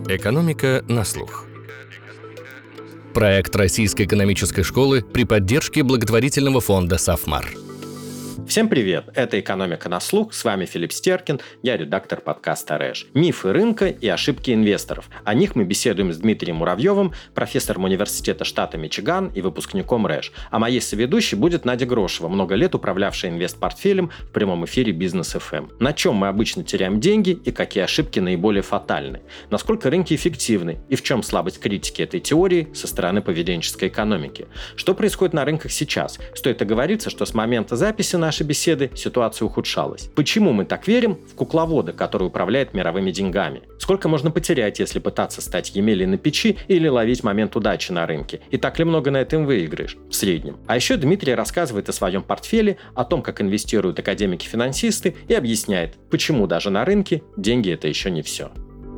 Экономика на слух. Проект Российской экономической школы при поддержке благотворительного фонда «Сафмар». Всем привет! Это «Экономика на слух», с вами Филипп Стеркин, я редактор подкаста РЭШ. Мифы рынка и ошибки инвесторов. О них мы беседуем с Дмитрием Муравьевым, профессором университета штата Мичиган и выпускником РЭШ. А моей соведущей будет Надя Грошева, много лет управлявшая инвестпортфелем в прямом эфире Бизнес ФМ. На чем мы обычно теряем деньги и какие ошибки наиболее фатальны? Насколько рынки эффективны и в чем слабость критики этой теории со стороны поведенческой экономики? Что происходит на рынках сейчас? Стоит оговориться, что с момента записи нашей беседы ситуация ухудшалась. Почему мы так верим в кукловода, который управляет мировыми деньгами? Сколько можно потерять, если пытаться стать Емелей на печи или ловить момент удачи на рынке? И так ли много на этом выиграешь? В среднем. А еще Дмитрий рассказывает о своем портфеле, о том, как инвестируют академики-финансисты и объясняет, почему даже на рынке деньги – это еще не все.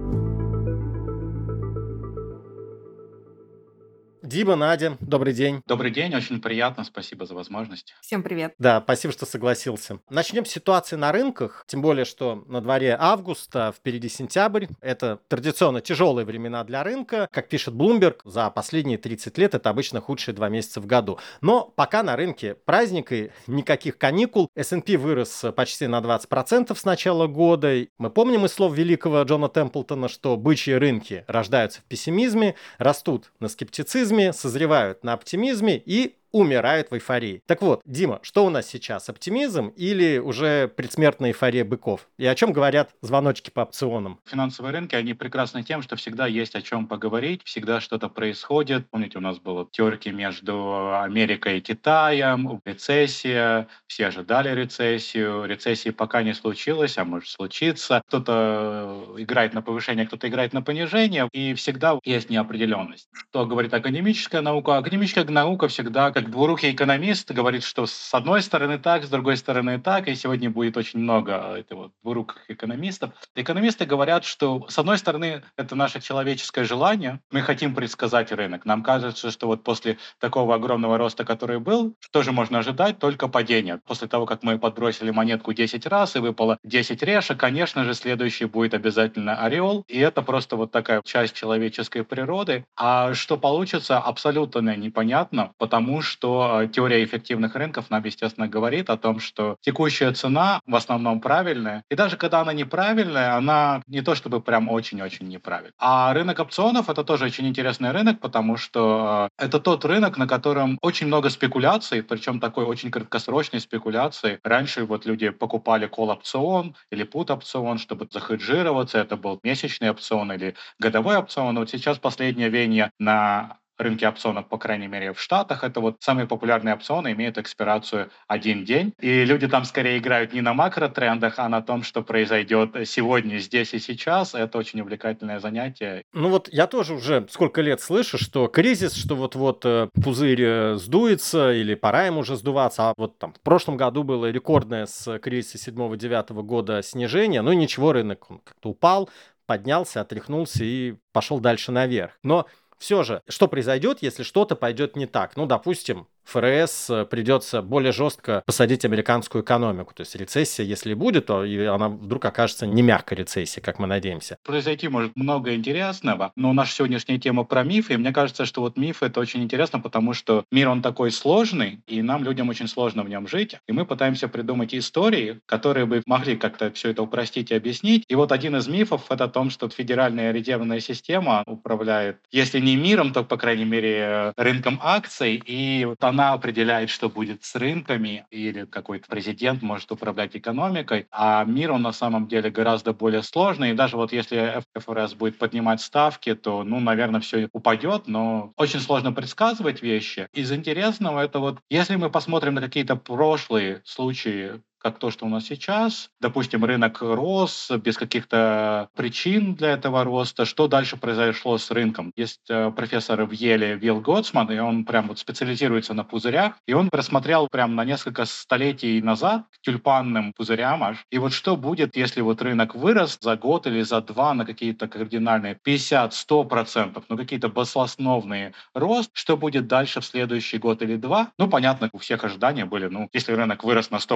Дима, Надя, добрый день. Добрый день, очень приятно, спасибо за возможность. Всем привет. Да, спасибо, что согласился. Начнем с ситуации на рынках, тем более, что на дворе август, а впереди сентябрь. Это традиционно тяжелые времена для рынка. Как пишет Bloomberg, за последние 30 лет это обычно худшие 2 месяца в году. Но пока на рынке праздник и никаких каникул. S&P вырос почти на 20% с начала года. Мы помним из слов великого Джона Темплтона, что бычьи рынки рождаются в пессимизме, растут на скептицизме, созревают на оптимизме и умирают в эйфории. Так вот, Дима, что у нас сейчас? Оптимизм или уже предсмертная эйфория быков? И о чем говорят звоночки по опционам? Финансовые рынки, они прекрасны тем, что всегда есть о чем поговорить, всегда что-то происходит. Помните, у нас было терки между Америкой и Китаем, рецессия, все ожидали рецессию. Рецессии пока не случилось, а может случиться. Кто-то играет на повышение, кто-то играет на понижение, и всегда есть неопределенность. Что говорит академическая наука? Академическая наука всегда как двурукий экономист говорит, что с одной стороны так, с другой стороны так, и сегодня будет очень много этого двуруких экономистов. Экономисты говорят, что с одной стороны это наше человеческое желание, мы хотим предсказать рынок. Нам кажется, что вот после такого огромного роста, который был, что же можно ожидать? Только падение. После того, как мы подбросили монетку 10 раз и выпало 10 решек, конечно же, следующий будет обязательно орел, и это просто вот такая часть человеческой природы. А что получится, абсолютно непонятно, потому что теория эффективных рынков нам, естественно, говорит о том, что текущая цена в основном правильная. И даже когда она неправильная, она не то чтобы прям очень-очень неправильная. А рынок опционов — это тоже очень интересный рынок, потому что это тот рынок, на котором очень много спекуляций, причем такой очень краткосрочной спекуляции. Раньше вот люди покупали колл-опцион или пут-опцион, чтобы захеджироваться. Это был месячный опцион или годовой опцион. Вот сейчас последнее веяние на рынке опционов, по крайней мере, в Штатах, это вот самые популярные опционы имеют экспирацию 1 день. И люди там скорее играют не на макротрендах, а на том, что произойдет сегодня, здесь и сейчас. Это очень увлекательное занятие. Ну вот я тоже уже сколько лет слышу, что кризис, что вот-вот пузырь сдуется или пора ему уже сдуваться. А вот там в прошлом году было рекордное с кризиса 7-9 года снижение. Ну ничего, рынок он как-то упал, поднялся, отряхнулся и пошел дальше наверх. Но все же, что произойдет, если что-то пойдет не так? Ну, допустим, ФРС придется более жестко посадить американскую экономику. То есть рецессия, если будет, то и она вдруг окажется не мягкой рецессией, как мы надеемся. Произойти может много интересного, но наша сегодняшняя тема про мифы, и мне кажется, что вот мифы — это очень интересно, потому что мир, он такой сложный, и нам, людям, очень сложно в нем жить, и мы пытаемся придумать истории, которые бы могли как-то все это упростить и объяснить. И вот один из мифов — это о том, что Федеральная резервная система управляет, если не миром, то, по крайней мере, рынком акций, и она определяет, что будет с рынками, или какой-то президент может управлять экономикой, а мир, он на самом деле гораздо более сложный, и даже вот если ФРС будет поднимать ставки, то, наверное, все упадет, но очень сложно предсказывать вещи. Из интересного это вот, если мы посмотрим на какие-то прошлые случаи, как то, что у нас сейчас. Допустим, рынок рос без каких-то причин для этого роста. Что дальше произошло с рынком? Есть профессор в Еле Вилл Готсман, и он прям вот специализируется на пузырях, и он просмотрел прям на несколько столетий назад к тюльпанным пузырям аж. И вот что будет, если вот рынок вырос за год или за 2 на какие-то кардинальные 50-100%, какие-то баслосновные рост, что будет дальше в следующий год или 2? Понятно, у всех ожидания были, если рынок вырос на 100%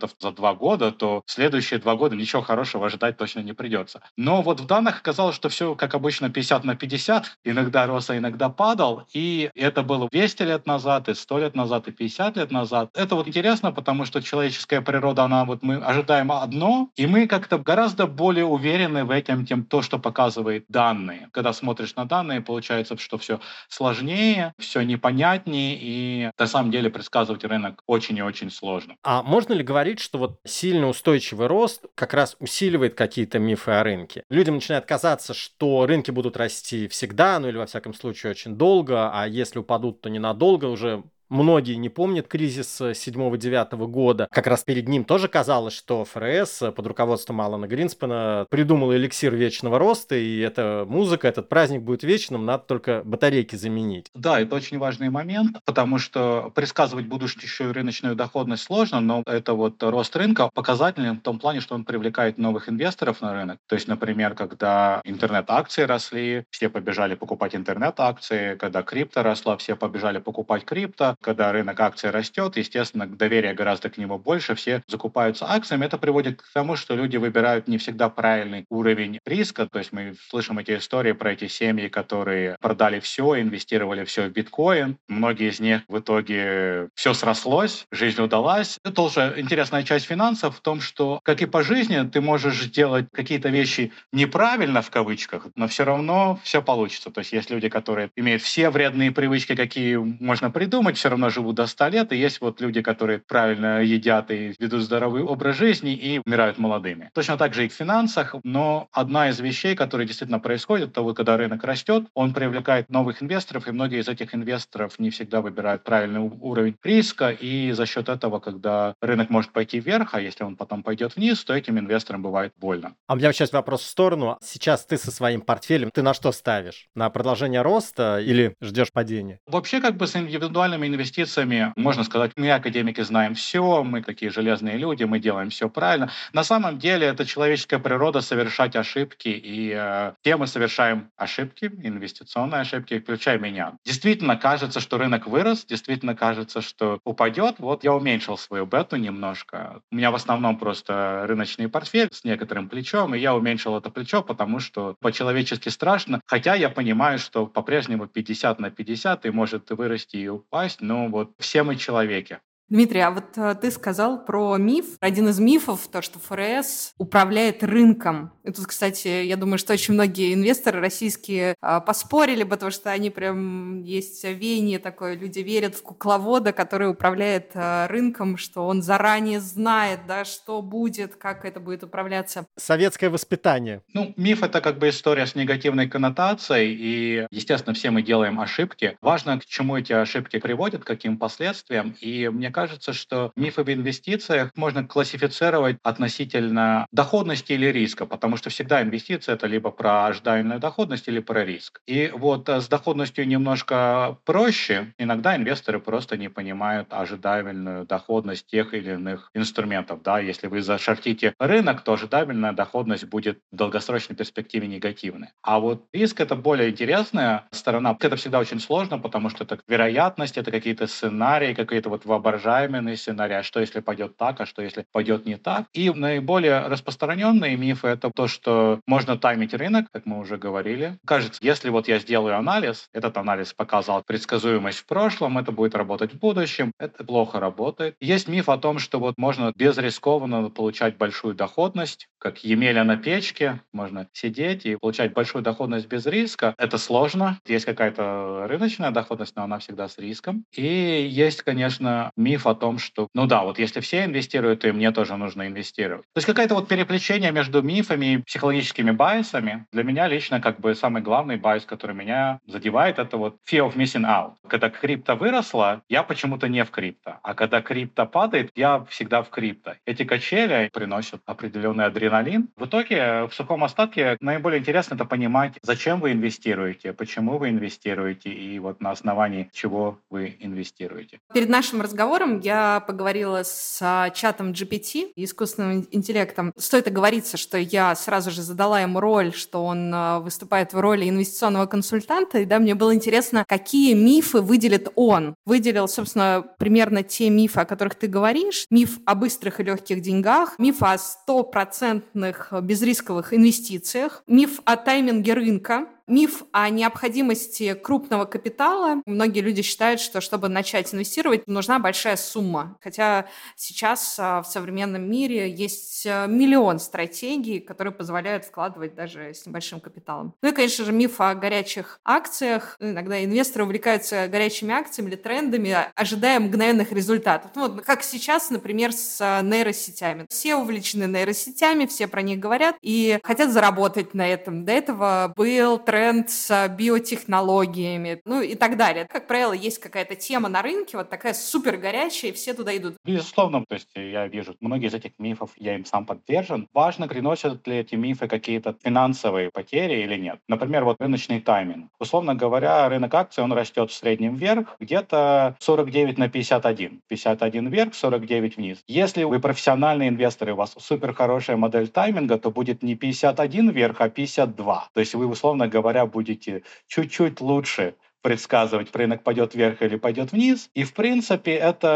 2% за 2 года, то следующие 2 года ничего хорошего ожидать точно не придется. Но вот в данных оказалось, что все, как обычно, 50/50. Иногда рос, а иногда падал. И это было 200 лет назад, и 100 лет назад, и 50 лет назад. Это вот интересно, потому что человеческая природа, мы ожидаем одно, и мы как-то гораздо более уверены в этом, тем то, что показывает данные. Когда смотришь на данные, получается, что все сложнее, все непонятнее, и на самом деле предсказывать рынок очень и очень сложно. А можно ли говорить, что вот сильно устойчивый рост как раз усиливает какие-то мифы о рынке? Людям начинает казаться, что рынки будут расти всегда, ну или во всяком случае очень долго, а если упадут, то ненадолго. Уже многие не помнят кризис 7-9 года. Как раз перед ним тоже казалось, что ФРС под руководством Алана Гринспена придумал эликсир вечного роста, и эта музыка, этот праздник будет вечным, надо только батарейки заменить. Да, это очень важный момент, потому что предсказывать будущую рыночную доходность сложно, но это вот рост рынка показательный в том плане, что он привлекает новых инвесторов на рынок. То есть, например, когда интернет-акции росли, все побежали покупать интернет-акции, когда крипто росла, все побежали покупать крипто, когда рынок акций растет, естественно, доверие гораздо к нему больше, все закупаются акциями. Это приводит к тому, что люди выбирают не всегда правильный уровень риска. То есть мы слышим эти истории про эти семьи, которые продали все, инвестировали все в биткоин. Многие из них в итоге все срослось, жизнь удалась. Это тоже интересная часть финансов в том, что, как и по жизни, ты можешь делать какие-то вещи неправильно, в кавычках, но все равно все получится. То есть есть люди, которые имеют все вредные привычки, какие можно придумать, все равно живут до 100 лет, и есть вот люди, которые правильно едят и ведут здоровый образ жизни и умирают молодыми. Точно так же и в финансах, но одна из вещей, которые действительно происходит, это вот когда рынок растет, он привлекает новых инвесторов, и многие из этих инвесторов не всегда выбирают правильный уровень риска, и за счет этого, когда рынок может пойти вверх, а если он потом пойдет вниз, то этим инвесторам бывает больно. А у меня сейчас вопрос в сторону. Сейчас ты со своим портфелем, ты на что ставишь? На продолжение роста или ждешь падения? Вообще, как бы с индивидуальными инвестициями, можно сказать, мы, академики, знаем все, мы такие железные люди, мы делаем все правильно. На самом деле, это человеческая природа совершать ошибки, и все мы совершаем ошибки, инвестиционные ошибки, включая меня. Действительно кажется, что рынок вырос, действительно кажется, что упадет. Вот я уменьшил свою бету немножко. У меня в основном просто рыночный портфель с некоторым плечом, и я уменьшил это плечо, потому что по-человечески страшно. Хотя я понимаю, что по-прежнему 50/50 и может вырасти и упасть, но вот все мы человеки. Дмитрий, а вот ты сказал про миф. Один из мифов, то, что ФРС управляет рынком. И тут, кстати, я думаю, что очень многие инвесторы российские поспорили бы, потому что они прям есть веяние такое, люди верят в кукловода, который управляет рынком, что он заранее знает, да, что будет, как это будет управляться. Советское воспитание. Ну, миф — это как бы история с негативной коннотацией, и, естественно, все мы делаем ошибки. Важно, к чему эти ошибки приводят, к каким последствиям. И мне кажется, что миф об инвестициях можно классифицировать относительно доходности или риска, потому что всегда инвестиция — это либо про ожидаемую доходность или про риск. И вот с доходностью немножко проще. Иногда инвесторы просто не понимают ожидаемую доходность тех или иных инструментов. Да? Если вы зашортите рынок, то ожидаемая доходность будет в долгосрочной перспективе негативной. А вот риск — это более интересная сторона. Это всегда очень сложно, потому что это вероятность, это какие-то сценарии, какие-то вот воображаемые сценарии, а что если пойдет так, а что если пойдет не так. И наиболее распространенные мифы — это то, что можно таймить рынок, как мы уже говорили. Кажется, если вот я сделаю анализ, этот анализ показал предсказуемость в прошлом, это будет работать в будущем, это плохо работает. Есть миф о том, что вот можно безрискованно получать большую доходность, как Емеля на печке, можно сидеть и получать большую доходность без риска. Это сложно. Есть какая-то рыночная доходность, но она всегда с риском. И есть, конечно, миф о том, что, ну да, вот если все инвестируют, то и мне тоже нужно инвестировать. То есть какое-то вот переплетение между мифами и психологическими байсами. Для меня лично как бы самый главный байс, который меня задевает, это вот fear of missing out. Когда крипто выросла, я почему-то не в крипто. А когда крипто падает, я всегда в крипто. Эти качели приносят определенный адреналин. В итоге, в сухом остатке, наиболее интересно это понимать, зачем вы инвестируете, почему вы инвестируете и вот на основании чего вы инвестируете. Перед нашим разговором партнером я поговорила с чатом GPT, искусственным интеллектом. Стоит оговориться, что я сразу же задала ему роль, что он выступает в роли инвестиционного консультанта, и мне было интересно, какие мифы выделит он. Выделил, собственно, примерно те мифы, о которых ты говоришь. Миф о быстрых и легких деньгах, миф о 100% безрисковых инвестициях, миф о тайминге рынка, миф о необходимости крупного капитала. Многие люди считают, что чтобы начать инвестировать, нужна большая сумма. Хотя сейчас в современном мире есть миллион стратегий, которые позволяют вкладывать даже с небольшим капиталом. Ну и, конечно же, миф о горячих акциях. Иногда инвесторы увлекаются горячими акциями или трендами, ожидая мгновенных результатов. Ну, вот как сейчас, например, с нейросетями. Все увлечены нейросетями, все про них говорят и хотят заработать на этом. До этого был тренд с биотехнологиями, ну и так далее. Как правило, есть какая-то тема на рынке, вот такая супер горячая, и все туда идут. Безусловно, то есть я вижу многие из этих мифов, я им сам подвержен. Важно, приносят ли эти мифы какие-то финансовые потери или нет. Например, вот рыночный тайминг. Условно говоря, рынок акций, он растет в среднем вверх, где-то 49/51. 51 вверх, 49 вниз. Если вы профессиональный инвестор, и у вас супер хорошая модель тайминга, то будет не 51 вверх, а 52. То есть вы, условно говоря, будете чуть-чуть лучше предсказывать, рынок пойдет вверх или пойдет вниз. И, в принципе,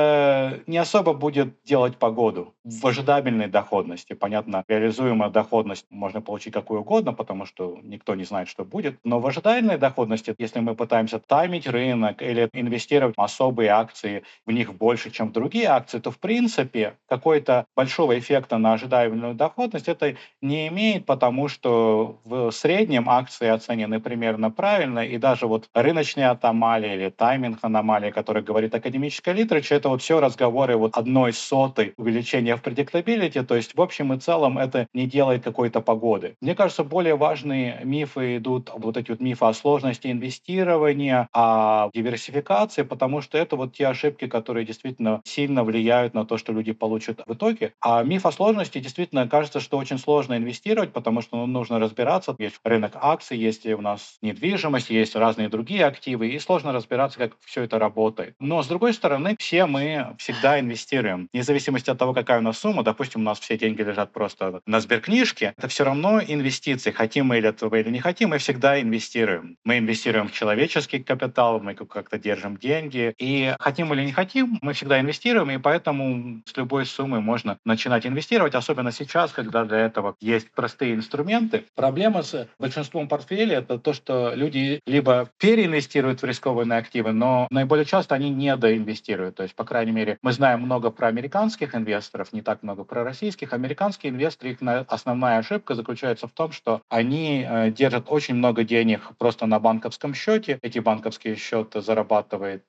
это не особо будет делать погоду в ожидабельной доходности. Понятно, реализуемая доходность можно получить какую угодно, потому что никто не знает, что будет. Но в ожидаемой доходности, если мы пытаемся таймить рынок или инвестировать в особые акции, в них больше, чем в другие акции, то, в принципе, какой-то большого эффекта на ожидаемую доходность это не имеет, потому что в среднем акции оценены примерно правильно, и даже вот рыночные аномалии или тайминг аномалии, который говорит академическая литература, это вот все разговоры вот 1/100 увеличения в predictability, то есть в общем и целом это не делает какой-то погоды. Мне кажется, более важные мифы идут, вот эти вот мифы о сложности инвестирования, о диверсификации, потому что это вот те ошибки, которые действительно сильно влияют на то, что люди получат в итоге. А миф о сложности действительно кажется, что очень сложно инвестировать, потому что нужно разбираться. Есть рынок акций, есть у нас недвижимость, есть разные другие активы, и сложно разбираться, как все это работает. Но, с другой стороны, все мы всегда инвестируем. Вне зависимости от того, какая у нас сумма, допустим, у нас все деньги лежат просто на сберкнижке, это все равно инвестиции. Хотим мы этого или не хотим, мы всегда инвестируем. Мы инвестируем в человеческий капитал, мы как-то держим деньги. И хотим или не хотим, мы всегда инвестируем, и поэтому с любой суммы можно начинать инвестировать, особенно сейчас, когда для этого есть простые инструменты. Проблема с большинством портфелей — это то, что люди либо переинвестируют в рискованные активы, но наиболее часто они недоинвестируют. То есть, по крайней мере, мы знаем много про американских инвесторов, не так много про российских. Американские инвесторы, их основная ошибка заключается в том, что они держат очень много денег просто на банковском счете. Эти банковские счеты зарабатывают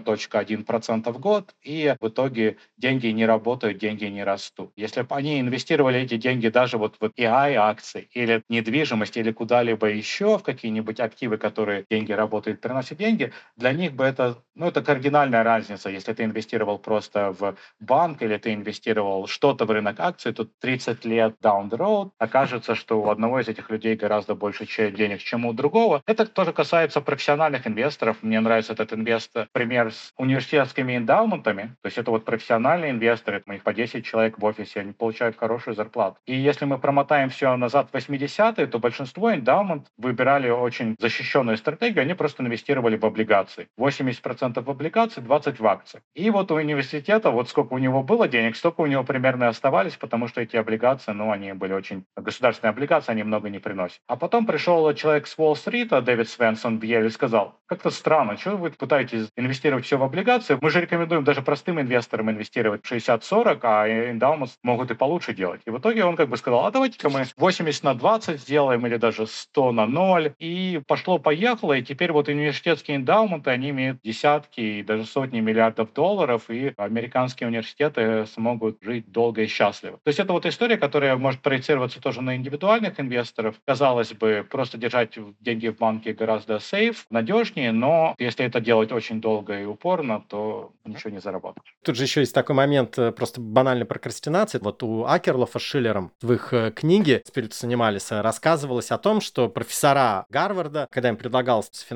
0,1% в год, и в итоге деньги не работают, деньги не растут. Если бы они инвестировали эти деньги даже вот в AI-акции или недвижимость, или куда-либо еще, в какие-нибудь активы, которые деньги работают, приносят деньги, для них бы это кардинальная разница. Если ты инвестировал просто в банк или ты инвестировал что-то в рынок акций, то 30 лет down the road окажется, что у одного из этих людей гораздо больше денег, чем у другого. Это тоже касается профессиональных инвесторов. Мне нравится этот пример с университетскими эндаументами. То есть это вот профессиональные инвесторы, у них по 10 человек в офисе, они получают хорошую зарплату. И если мы промотаем все назад в 80-е, то большинство эндаумент выбирали очень защищенную стратегию, они просто инвестировали в облигации. 80% в облигации, 20% в акции. И вот у университета, вот сколько у него было денег, столько у него примерно оставались, потому что эти облигации, они были очень... Государственные облигации, они много не приносят. А потом пришел человек с Уолл-стрита, Дэвид Свенсон в Йеле, и сказал: как-то странно, что вы пытаетесь инвестировать все в облигации? Мы же рекомендуем даже простым инвесторам инвестировать 60-40, а эндаументс могут и получше делать. И в итоге он сказал: а давайте-ка мы 80/20 сделаем, или даже 100/0. И пошло-поехало, и теперь вот университетские эндаументы, они имеют десятки и даже сотни миллиардов долларов, и американские университеты смогут жить долго и счастливо. То есть это вот история, которая может проецироваться тоже на индивидуальных инвесторов. Казалось бы, просто держать деньги в банке гораздо сейф, надежнее, но если это делать очень долго и упорно, то ничего не заработаешь. Тут же еще есть такой момент просто банальной прокрастинации. Вот у Акерлофа с Шиллером в их книге «Spiritus Animalis» рассказывалось о том, что профессора Гарварда, когда им предлагалось финансирование,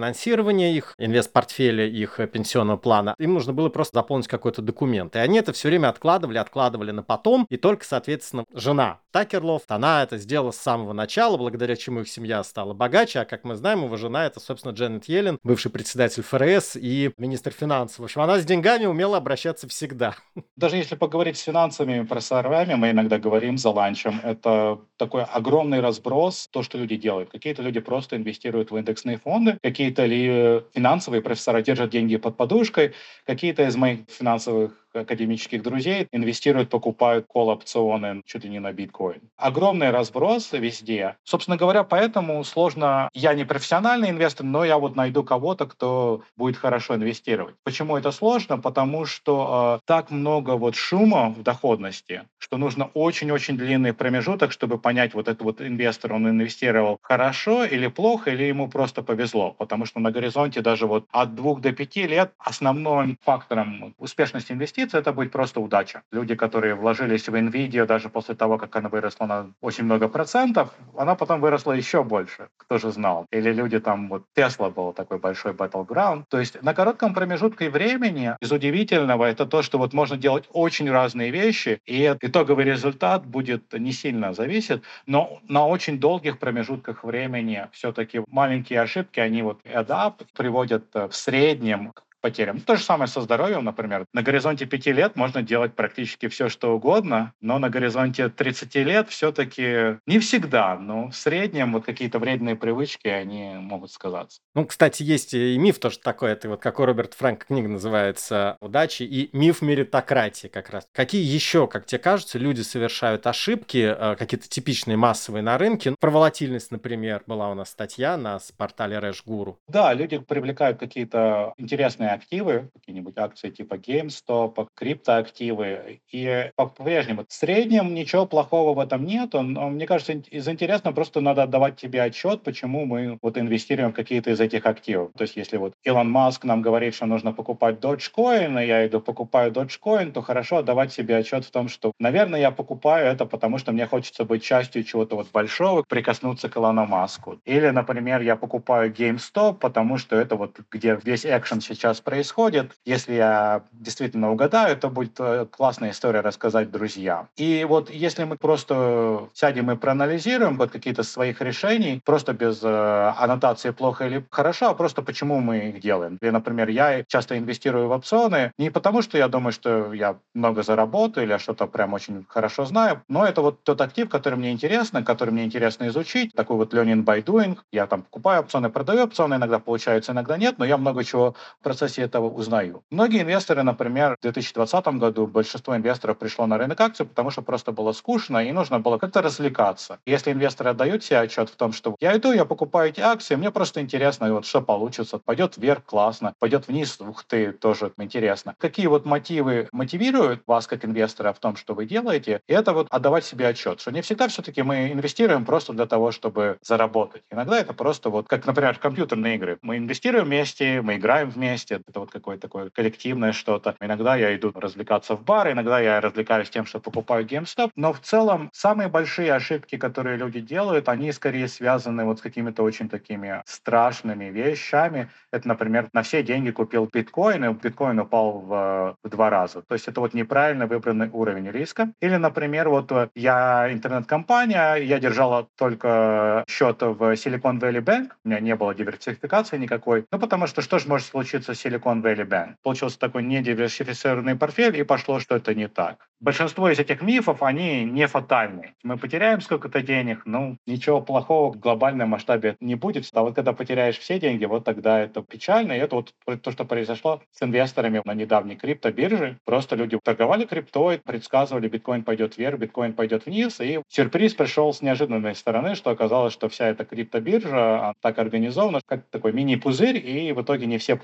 инвестирования их, инвестпортфеля их пенсионного плана, им нужно было просто заполнить какой-то документ. И они это все время откладывали на потом, и только, соответственно, жена Такерлофт, она это сделала с самого начала, благодаря чему их семья стала богаче, а как мы знаем, его жена это, собственно, Дженет Йеллен, бывший председатель ФРС и министр финансов. В общем, она с деньгами умела обращаться всегда. Даже если поговорить с финансовыми профессорами, мы иногда говорим за ланчем, это такой огромный разброс, то, что люди делают. Какие-то люди просто инвестируют в индексные фонды, какие-то финансовые профессора держат деньги под подушкой, какие-то из моих финансовых академических друзей инвестируют, покупают колл-опционы чуть ли не на биткоин. Огромный разброс везде. Собственно говоря, поэтому сложно... Я не профессиональный инвестор, но я вот найду кого-то, кто будет хорошо инвестировать. Почему это сложно? Потому что так много вот шума в доходности, что нужно очень-очень длинный промежуток, чтобы понять, вот этот вот инвестор, он инвестировал хорошо или плохо, или ему просто повезло. Потому что на горизонте даже вот от 2 до 5 лет основным фактором успешности инвестиций это будет просто удача. Люди, которые вложились в NVIDIA даже после того, как она выросла на очень много процентов, она потом выросла еще больше. Кто же знал? Или люди там, вот Tesla был такой большой battleground. То есть на коротком промежутке времени из удивительного это то, что вот можно делать очень разные вещи, и итоговый результат будет не сильно зависеть, но на очень долгих промежутках времени все-таки маленькие ошибки, они вот add up, приводят в среднем потерям. То же самое со здоровьем, например. На горизонте 5 лет можно делать практически все, что угодно, но на горизонте 30 лет все-таки не всегда, но в среднем вот какие-то вредные привычки, они могут сказаться. Ну, кстати, есть и миф тоже такой, это вот как у Роберта Франка книга называется «Удачи», и миф меритократии как раз. Какие еще, как тебе кажется, люди совершают ошибки, какие-то типичные массовые на рынке? Про волатильность, например, была у нас статья на портале RashGuru. Да, люди привлекают какие-то интересные активы, какие-нибудь акции типа GameStop, криптоактивы, и по-прежнему в среднем ничего плохого в этом нету, но мне кажется, из интересного просто надо отдавать тебе отчет, почему мы вот инвестируем в какие-то из этих активов. То есть если вот Илон Маск нам говорит, что нужно покупать Dogecoin, и я иду покупаю Dogecoin, то хорошо отдавать себе отчет в том, что, наверное, я покупаю это, потому что мне хочется быть частью чего-то вот большого, прикоснуться к Илону Маску. Или, например, я покупаю GameStop, потому что это вот где весь экшен сейчас происходит. Если я действительно угадаю, то будет классная история рассказать друзьям. И вот если мы просто сядем и проанализируем вот какие-то своих решений, просто без аннотации плохо или хорошо, а просто почему мы их делаем. Или, например, я часто инвестирую в опционы не потому, что я думаю, что я много заработаю или я что-то прям очень хорошо знаю, но это вот тот актив, который мне интересно изучить, такой вот learning by doing. Я там покупаю опционы, продаю опционы, иногда получается, иногда нет, но я много чего в процессе этого узнаю. Многие инвесторы, например, в 2020 году большинство инвесторов пришло на рынок акций, потому что просто было скучно и нужно было как-то развлекаться. Если инвесторы отдают себе отчет в том, что я иду, я покупаю эти акции, мне просто интересно, вот что получится. Пойдет вверх, классно, пойдет вниз, ух ты, тоже интересно. Какие вот мотивы мотивируют вас как инвестора в том, что вы делаете, и это вот отдавать себе отчет, что не всегда все-таки мы инвестируем просто для того, чтобы заработать. Иногда это просто вот, как, например, в компьютерные игры. Мы инвестируем вместе, мы играем вместе, это вот какое-то такое коллективное что-то. Иногда я иду развлекаться в бар, иногда я развлекаюсь тем, что покупаю GameStop, но в целом самые большие ошибки, которые люди делают, они скорее связаны вот с какими-то очень такими страшными вещами. Это, например, на все деньги купил биткоин, и биткоин упал в 2 раза. То есть это вот неправильно выбранный уровень риска. Или, например, вот я интернет-компания, я держала только счет в Silicon Valley Bank, у меня не было диверсификации никакой, ну потому что что же может случиться с Silicon Valley Bank? Получился такой недиверсифицированный портфель, и пошло, что это не так. Большинство из этих мифов, они не фатальны. Мы потеряем сколько-то денег, ну, ничего плохого в глобальном масштабе не будет. А вот когда потеряешь все деньги, вот тогда это печально. И это вот то, что произошло с инвесторами на недавней криптобирже. Просто люди торговали криптой, предсказывали, биткоин пойдет вверх, биткоин пойдет вниз. И сюрприз пришел с неожиданной стороны, что оказалось, что вся эта криптобиржа так организована, как такой мини-пузырь, и в итоге не все получили деньги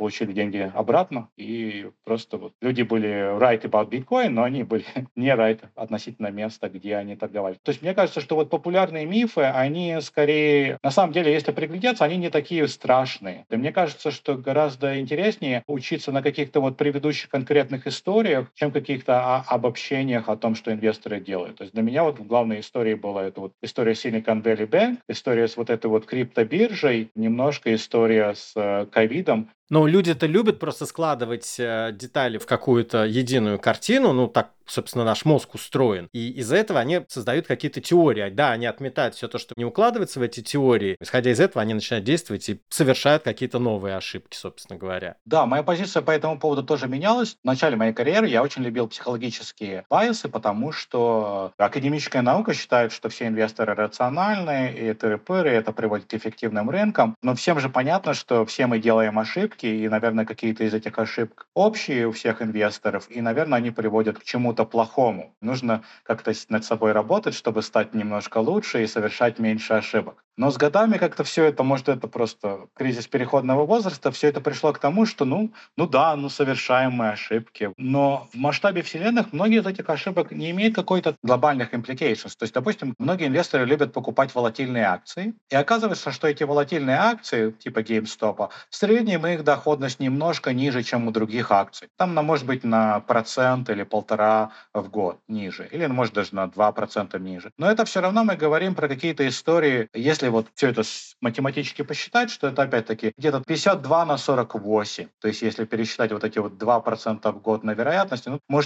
деньги обратно, и просто вот люди были right about Bitcoin, но они были не right относительно места, где они торговали. То есть мне кажется, что вот популярные мифы, они скорее, на самом деле, если приглядеться, они не такие страшные. И мне кажется, что гораздо интереснее учиться на каких-то вот предыдущих конкретных историях, чем каких-то обобщениях о том, что инвесторы делают. То есть для меня вот главной историей была эта вот история Silicon Valley Bank, история с вот этой вот криптобиржей, немножко история с ковидом. Но люди-то любят просто складывать детали в какую-то единую картину, ну так, собственно, наш мозг устроен. И из-за этого они создают какие-то теории. Да, они отметают все то, что не укладывается в эти теории. Исходя из этого, они начинают действовать и совершают какие-то новые ошибки, собственно говоря. Да, моя позиция по этому поводу тоже менялась. В начале моей карьеры я очень любил психологические байсы, потому что академическая наука считает, что все инвесторы рациональные, и тыры-пыры, это приводит к эффективным рынкам. Но всем же понятно, что все мы делаем ошибки, и, наверное, какие-то из этих ошибок общие у всех инвесторов, и, наверное, они приводят к чему-то плохому. Нужно как-то над собой работать, чтобы стать немножко лучше и совершать меньше ошибок. Но с годами как-то все это, может, это просто кризис переходного возраста, все это пришло к тому, что, совершаем мы ошибки. Но в масштабе вселенных многие из этих ошибок не имеют какой-то глобальных implications. То есть, допустим, многие инвесторы любят покупать волатильные акции, и оказывается, что эти волатильные акции, типа GameStop, в среднем их доходность немножко ниже, чем у других акций. Там, может быть, на процент или 1,5% в год ниже, или, может, даже на 2% ниже. Но это все равно мы говорим про какие-то истории, если вот все это математически посчитать, что это опять-таки где-то 52/48. То есть если пересчитать вот эти вот 2% в год на вероятности, может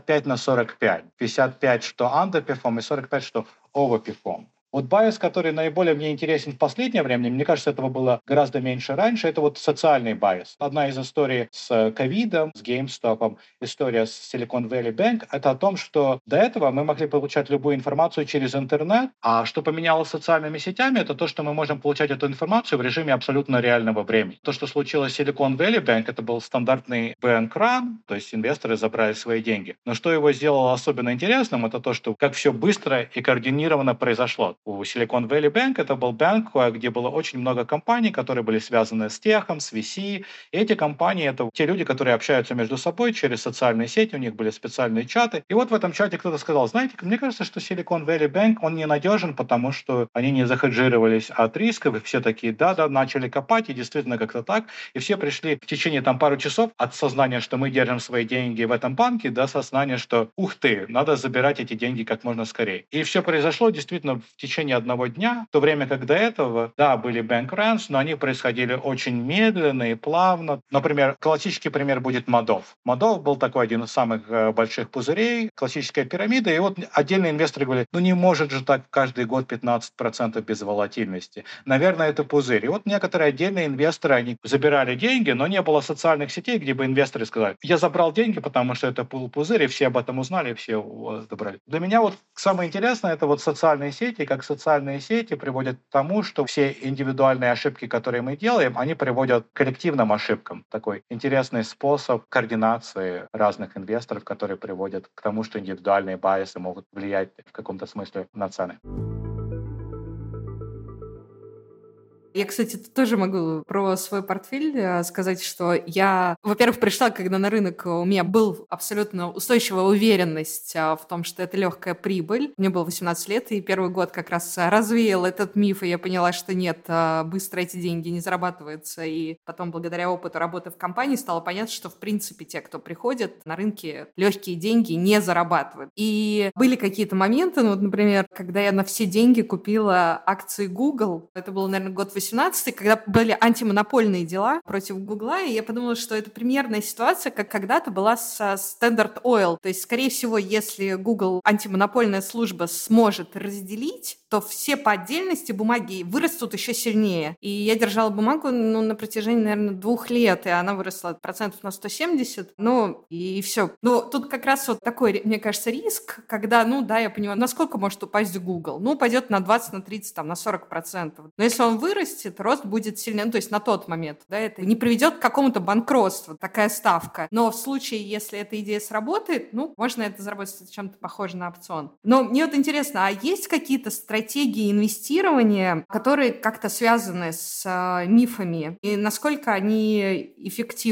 55/45. 55, что underperform, и 45, что overperform. Вот байс, который наиболее мне интересен в последнее время, мне кажется, этого было гораздо меньше раньше, это вот социальный байс. Одна из историй с ковидом, с GameStop, история с Silicon Valley Bank, это о том, что до этого мы могли получать любую информацию через интернет, а что поменялось с социальными сетями, это то, что мы можем получать эту информацию в режиме абсолютно реального времени. То, что случилось с Silicon Valley Bank, это был стандартный bank run, то есть инвесторы забрали свои деньги. Но что его сделало особенно интересным, это то, что как все быстро и координированно произошло. У Silicon Valley Bank это был банк, где было очень много компаний, которые были связаны с техом, с VC. И эти компании — это те люди, которые общаются между собой через социальные сети, у них были специальные чаты. И вот в этом чате кто-то сказал: знаете, мне кажется, что Silicon Valley Bank, он ненадежен, потому что они не захеджировались от рисков, и все такие, да, начали копать, и действительно как-то так. И все пришли в течение пару часов от сознания, что мы держим свои деньги в этом банке, до сознания, что ух ты, надо забирать эти деньги как можно скорее. И все произошло действительно в течение одного дня, в то время как до этого, да, были bank runs, но они происходили очень медленно и плавно. Например, классический пример будет Мадов. Мадов был такой один из самых больших пузырей, классическая пирамида, и вот отдельные инвесторы говорят: не может же так каждый год 15% без волатильности. Наверное, это пузырь. И вот некоторые отдельные инвесторы, они забирали деньги, но не было социальных сетей, где бы инвесторы сказали: я забрал деньги, потому что это был пузырь, и все об этом узнали, и все забрали. Для меня вот самое интересное — это вот социальные сети, как социальные сети приводят к тому, что все индивидуальные ошибки, которые мы делаем, они приводят к коллективным ошибкам. Такой интересный способ координации разных инвесторов, которые приводят к тому, что индивидуальные байсы могут влиять в каком-то смысле на цены. Я, кстати, тут тоже могу про свой портфель сказать, что я, во-первых, пришла, когда на рынок у меня был абсолютно устойчивая уверенность в том, что это легкая прибыль. Мне было 18 лет, и первый год как раз развеял этот миф, и я поняла, что нет, быстро эти деньги не зарабатываются. И потом, благодаря опыту работы в компании, стало понятно, что, в принципе, те, кто приходит на рынке, легкие деньги не зарабатывают. И были какие-то моменты, например, когда я на все деньги купила акции Google. Это был, наверное, год 18, когда были антимонопольные дела против Гугла, и я подумала, что это примерная ситуация, как когда-то была со Standard Oil. То есть, скорее всего, если Google, антимонопольная служба, сможет разделить, то все по отдельности бумаги вырастут еще сильнее. И я держала бумагу на протяжении, наверное, 2 лет, и она выросла процентов на 170, и все. Тут как раз вот такой, мне кажется, риск, когда, я понимаю, насколько может упасть Google? Упадет на 20, на 30, на 40%. Но если он вырастет, рост будет сильнее, то есть на тот момент, это не приведет к какому-то банкротству, такая ставка. Но в случае, если эта идея сработает, можно это заработать чем-то похоже на опцион. Но мне вот интересно, а есть какие-то стратегии инвестирования, которые как-то связаны с мифами, и насколько они эффективны?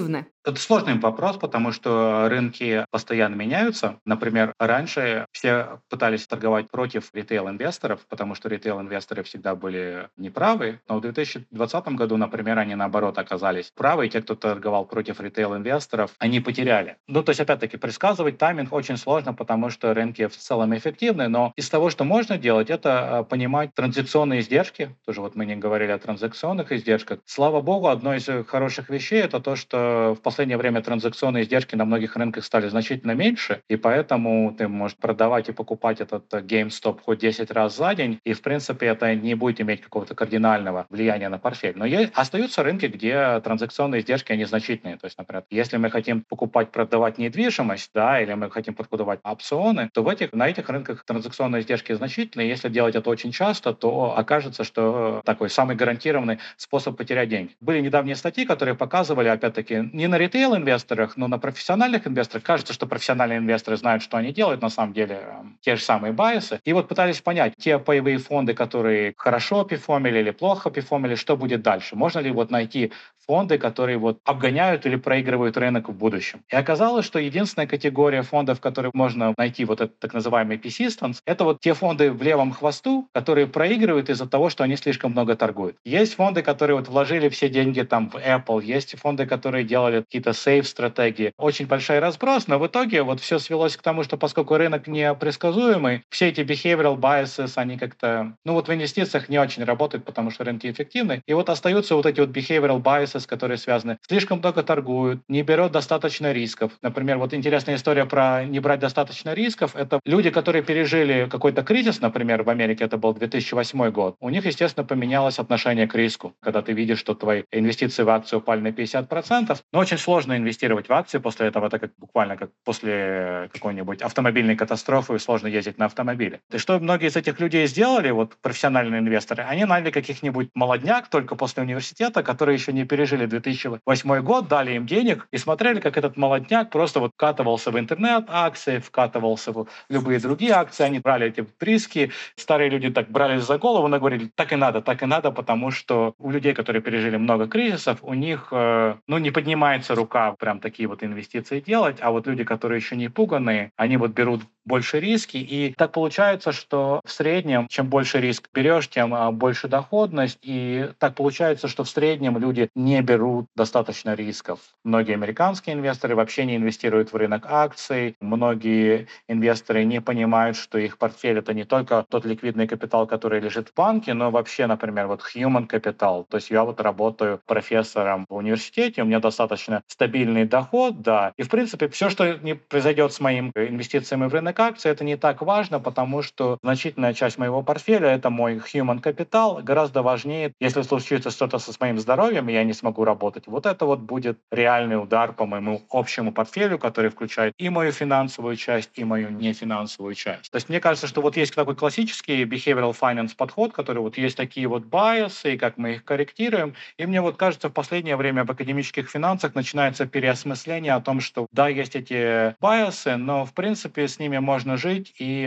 Это сложный вопрос, потому что рынки постоянно меняются. Например, раньше все пытались торговать против ритейл-инвесторов, потому что ритейл-инвесторы всегда были неправы. Но в 2020 году, например, они наоборот оказались правы, и те, кто торговал против ритейл-инвесторов, они потеряли. Ну, то есть, опять-таки, предсказывать тайминг очень сложно, потому что рынки в целом эффективны, но из того, что можно делать, это понимать транзакционные издержки. Тоже вот мы не говорили о транзакционных издержках. Слава богу, одно из хороших вещей это то, что в последнее время транзакционные издержки на многих рынках стали значительно меньше, и поэтому ты можешь продавать и покупать этот GameStop хоть 10 раз за день, и, в принципе, это не будет иметь какого-то кардинального влияния на портфель. Но остаются рынки, где транзакционные издержки, они значительные. То есть, например, если мы хотим покупать, продавать недвижимость, да, или мы хотим покупать опционы, то на этих рынках транзакционные издержки значительные. Если делать это очень часто, то окажется, что такой самый гарантированный способ потерять деньги. Были недавние статьи, которые показывали, опять-таки, не на ритейл-инвесторах, но на профессиональных инвесторах. Кажется, что профессиональные инвесторы знают, что они делают, на самом деле те же самые байесы. И вот пытались понять, те паевые фонды, которые хорошо перформили или плохо перформили, что будет дальше. Можно ли вот найти фонды, которые вот обгоняют или проигрывают рынок в будущем. И оказалось, что единственная категория фондов, которые можно найти, вот этот так называемый persistence, это вот те фонды в левом хвосту, которые проигрывают из-за того, что они слишком много торгуют. Есть фонды, которые вот вложили все деньги там в Apple, есть фонды, которые делали какие-то сейф-стратегии. Очень большой разброс, но в итоге вот все свелось к тому, что поскольку рынок непредсказуемый, все эти behavioral biases, они как-то, ну вот в инвестициях не очень работают, потому что рынки эффективны. И вот остаются вот эти вот behavioral biases, которые связаны, слишком много торгуют, не берут достаточно рисков. Например, вот интересная история про не брать достаточно рисков. Это люди, которые пережили какой-то кризис, например, в Америке это был 2008 год. У них, естественно, поменялось отношение к риску. Когда ты видишь, что твои инвестиции в акцию упали на 50%, но очень сложно инвестировать в акции после этого. Это как буквально как после какой-нибудь автомобильной катастрофы сложно ездить на автомобиле. И что многие из этих людей сделали, вот профессиональные инвесторы, они наняли каких-нибудь молодняк только после университета, которые еще не пережили 2008 год, дали им денег и смотрели, как этот молодняк просто вот вкатывался в интернет-акции, вкатывался в любые другие акции, они брали эти риски. Старые люди так брались за голову, но говорили, так и надо, потому что у людей, которые пережили много кризисов, у них не поднимается рука прям такие вот инвестиции делать, а вот люди, которые еще не пуганные, они вот берут больше риски, и так получается, что в среднем, чем больше риск берешь, тем больше доходность, и так получается, что в среднем люди не берут достаточно рисков. Многие американские инвесторы вообще не инвестируют в рынок акций, многие инвесторы не понимают, что их портфель — это не только тот ликвидный капитал, который лежит в банке, но вообще, например, вот human capital, то есть я вот работаю профессором в университете, у меня достаточно стабильный доход, да, и в принципе все, что не произойдет с моими инвестициями в рынок акций, это не так важно, потому что значительная часть моего портфеля — это мой human capital, гораздо важнее, если случится что-то со моим здоровьем, и я не смогу работать. Вот это вот будет реальный удар по моему общему портфелю, который включает и мою финансовую часть, и мою нефинансовую часть. То есть мне кажется, что вот есть такой классический behavioral finance подход, который вот есть такие вот байосы, и как мы их корректируем. И мне вот кажется, в последнее время в академических финансах начинается переосмысление о том, что да, есть эти байосы, но в принципе с ними можно жить, и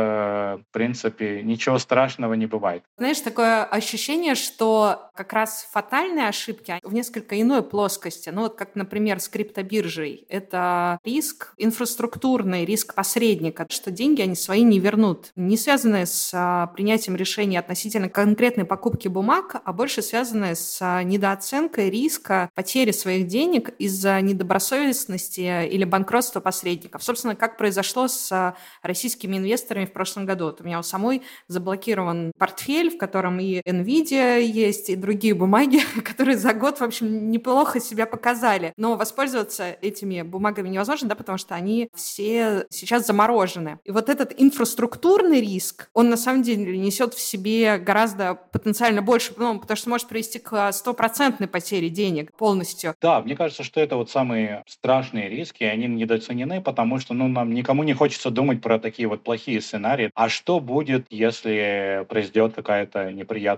в принципе ничего страшного не бывает. Знаешь, такое ощущение, что как раз фатальные ошибки в несколько иной плоскости. Ну вот как, например, с криптобиржей. Это риск инфраструктурный, риск посредника, что деньги они свои не вернут. Не связанные с принятием решений относительно конкретной покупки бумаг, а больше связанные с недооценкой риска потери своих денег из-за недобросовестности или банкротства посредников. Собственно, как произошло с российскими инвесторами в прошлом году. Вот у меня у самой заблокирован портфель, в котором и NVIDIA есть, и другие бумаги, которые за год, в общем, неплохо себя показали. Но воспользоваться этими бумагами невозможно, да, потому что они все сейчас заморожены. И вот этот инфраструктурный риск, он на самом деле несет в себе гораздо потенциально больше, потому что может привести к стопроцентной потере денег полностью. Да, мне кажется, что это вот самые страшные риски, и они недооценены, потому что нам никому не хочется думать про такие вот плохие сценарии. А что будет, если произойдет какая-то неприятная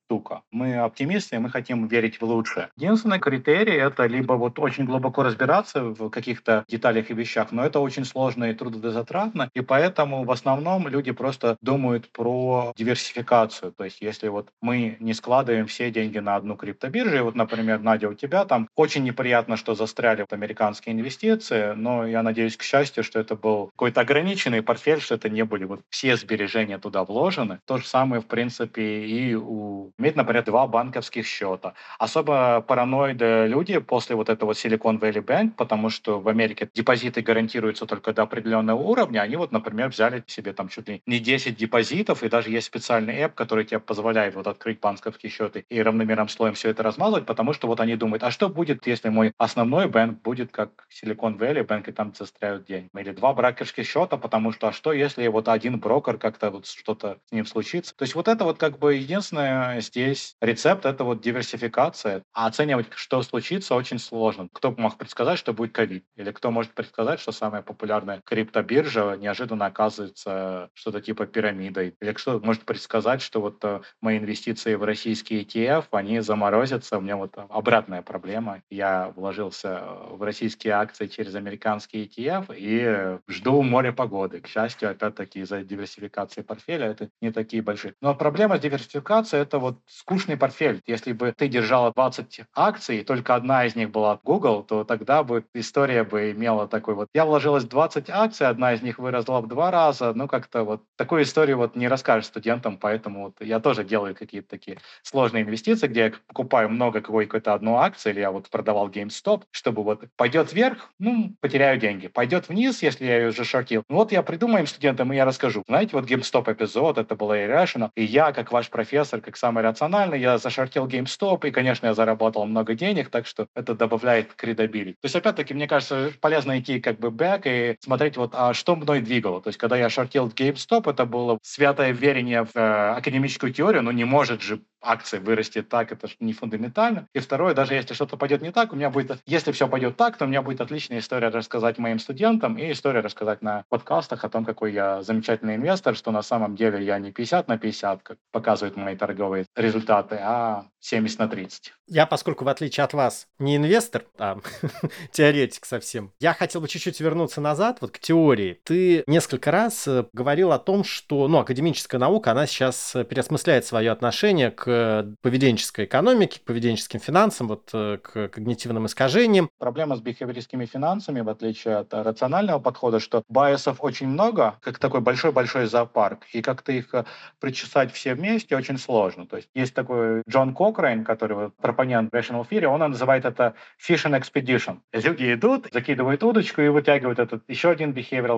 штука. Мы оптимисты, мы хотим верить в лучшее. Единственный критерий — это либо вот очень глубоко разбираться в каких-то деталях и вещах, но это очень сложно и трудозатратно, и поэтому в основном люди просто думают про диверсификацию. То есть если вот мы не складываем все деньги на одну криптобиржу, и вот, например, Надя, у тебя там очень неприятно, что застряли вот американские инвестиции, но я надеюсь, к счастью, что это был какой-то ограниченный портфель, что это не были вот все сбережения туда вложены. То же самое, в принципе, и иметь, например, 2 банковских счета. Особо параноиды люди после вот этого Silicon Valley Bank, потому что в Америке депозиты гарантируются только до определенного уровня, они вот, например, взяли себе там чуть ли не 10 депозитов, и даже есть специальный app, который тебе позволяет вот открыть банковские счеты и равномерным слоем все это размазывать, потому что вот они думают, а что будет, если мой основной банк будет как Silicon Valley Bank, и там застряют деньги? Или 2 брокерских счета, потому что а что, если вот один брокер как-то вот что-то с ним случится? То есть вот это вот как бы единственное здесь рецепт — это вот диверсификация. А оценивать, что случится, очень сложно. Кто мог предсказать, что будет ковид? Или кто может предсказать, что самая популярная криптобиржа неожиданно оказывается что-то типа пирамидой? Или кто может предсказать, что вот мои инвестиции в российские ETF, они заморозятся? У меня вот обратная проблема. Я вложился в российские акции через американские ETF и жду моря погоды. К счастью, опять-таки, из-за диверсификации портфеля это не такие большие. Но проблема с диверсификацией — это вот скучный портфель. Если бы ты держала 20 акций, и только одна из них была от Google, то тогда бы история бы имела такой вот... Я вложилась в 20 акций, одна из них выросла в 2 раза. Ну, как-то вот такую историю вот не расскажешь студентам, поэтому вот я тоже делаю какие-то такие сложные инвестиции, где я покупаю много какой-то одной акции, или я вот продавал GameStop, чтобы вот пойдет вверх, ну, потеряю деньги. Пойдет вниз, если я ее уже шортил. Ну, вот я придумаю им студентам, и я расскажу. Знаете, вот GameStop эпизод, это было Irrational, и я, как ваш профессор, как самый рациональный, я зашортил GameStop, и, конечно, я заработал много денег, так что это добавляет credibility. То есть, опять-таки, мне кажется, полезно идти как бы back и смотреть, вот, а что мной двигало. То есть, когда я шортил GameStop, это было святое верение в академическую теорию, но не может же акции вырасти так, это же не фундаментально. И второе, даже если что-то пойдет не так, у меня будет, если все пойдет так, то у меня будет отличная история рассказать моим студентам и история рассказать на подкастах о том, какой я замечательный инвестор, что на самом деле я не 50/50, как показывают мои торговые результаты, а 70/30. Я, поскольку в отличие от вас не инвестор, а теоретик совсем, я хотел бы чуть-чуть вернуться назад, вот к теории. Ты несколько раз говорил о том, что, академическая наука, она сейчас переосмысляет свое отношение к поведенческой экономике, к поведенческим финансам, вот к когнитивным искажениям. Проблема с бихевиористскими финансами, в отличие от рационального подхода, что байесов очень много, как такой большой-большой зоопарк, и как-то их причесать все вместе очень сложно. То есть есть такой Джон Кокрейн, который вот пропонент Rational Theory, он называет это fishing expedition. Люди идут, закидывают удочку и вытягивают этот еще один behavioral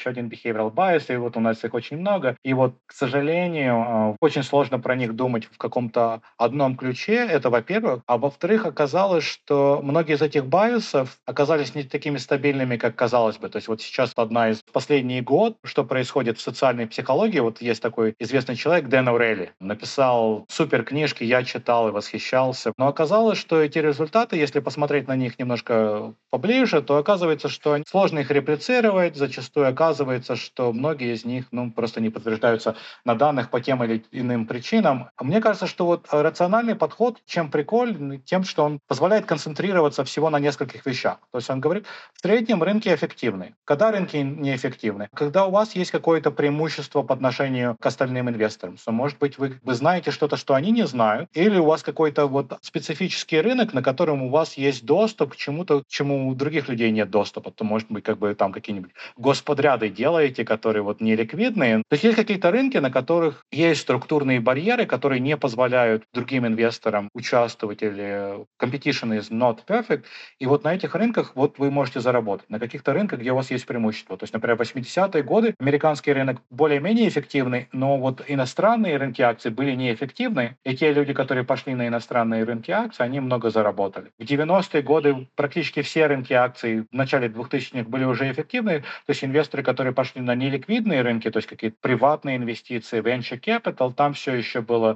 bias, и вот у нас их очень много. И вот, к сожалению, очень сложно про них думать в каком-то одном ключе, это во-первых. А во-вторых, оказалось, что многие из этих байесов оказались не такими стабильными, как казалось бы. То есть вот сейчас одна из последний год, что происходит в социальной психологии, вот есть такой известный человек Дэн Аурели, написал супер книжки, я читал и восхищался. Но оказалось, что эти результаты, если посмотреть на них немножко поближе, то оказывается, что сложно их реплицировать, зачастую оказывается, что многие из них просто не подтверждаются на данных по тем или иным причинам. Мне кажется, что вот рациональный подход, чем прикольный, тем, что он позволяет концентрироваться всего на нескольких вещах. То есть он говорит, в среднем рынки эффективны. Когда рынки неэффективны? Когда у вас есть какое-то преимущество по отношению к остальным инвесторам. So, может быть, вы знаете что-то, что они не знают, или у вас какой-то вот специфический рынок, на котором у вас есть доступ к чему-то, к чему у других людей нет доступа. То, может быть, как бы там какие-нибудь господряды делаете, которые вот не ликвидные. То есть какие-то рынки, на которых есть структурные барьеры, которые не позволяют другим инвесторам участвовать, или competition is not perfect, и вот на этих рынках вот вы можете заработать. На каких-то рынках, где у вас есть преимущество. То есть, например, в 80-е годы американский рынок более-менее эффективный, но вот иностранные рынки акций были неэффективны, и те люди, которые пошли на иностранные рынки акций, они много заработали. В 90-е годы практически все рынки акций в начале 2000-х были уже эффективны, то есть инвесторы, которые пошли на неликвидные рынки, то есть какие-то приватные инвестиции, venture capital, там все еще было сложно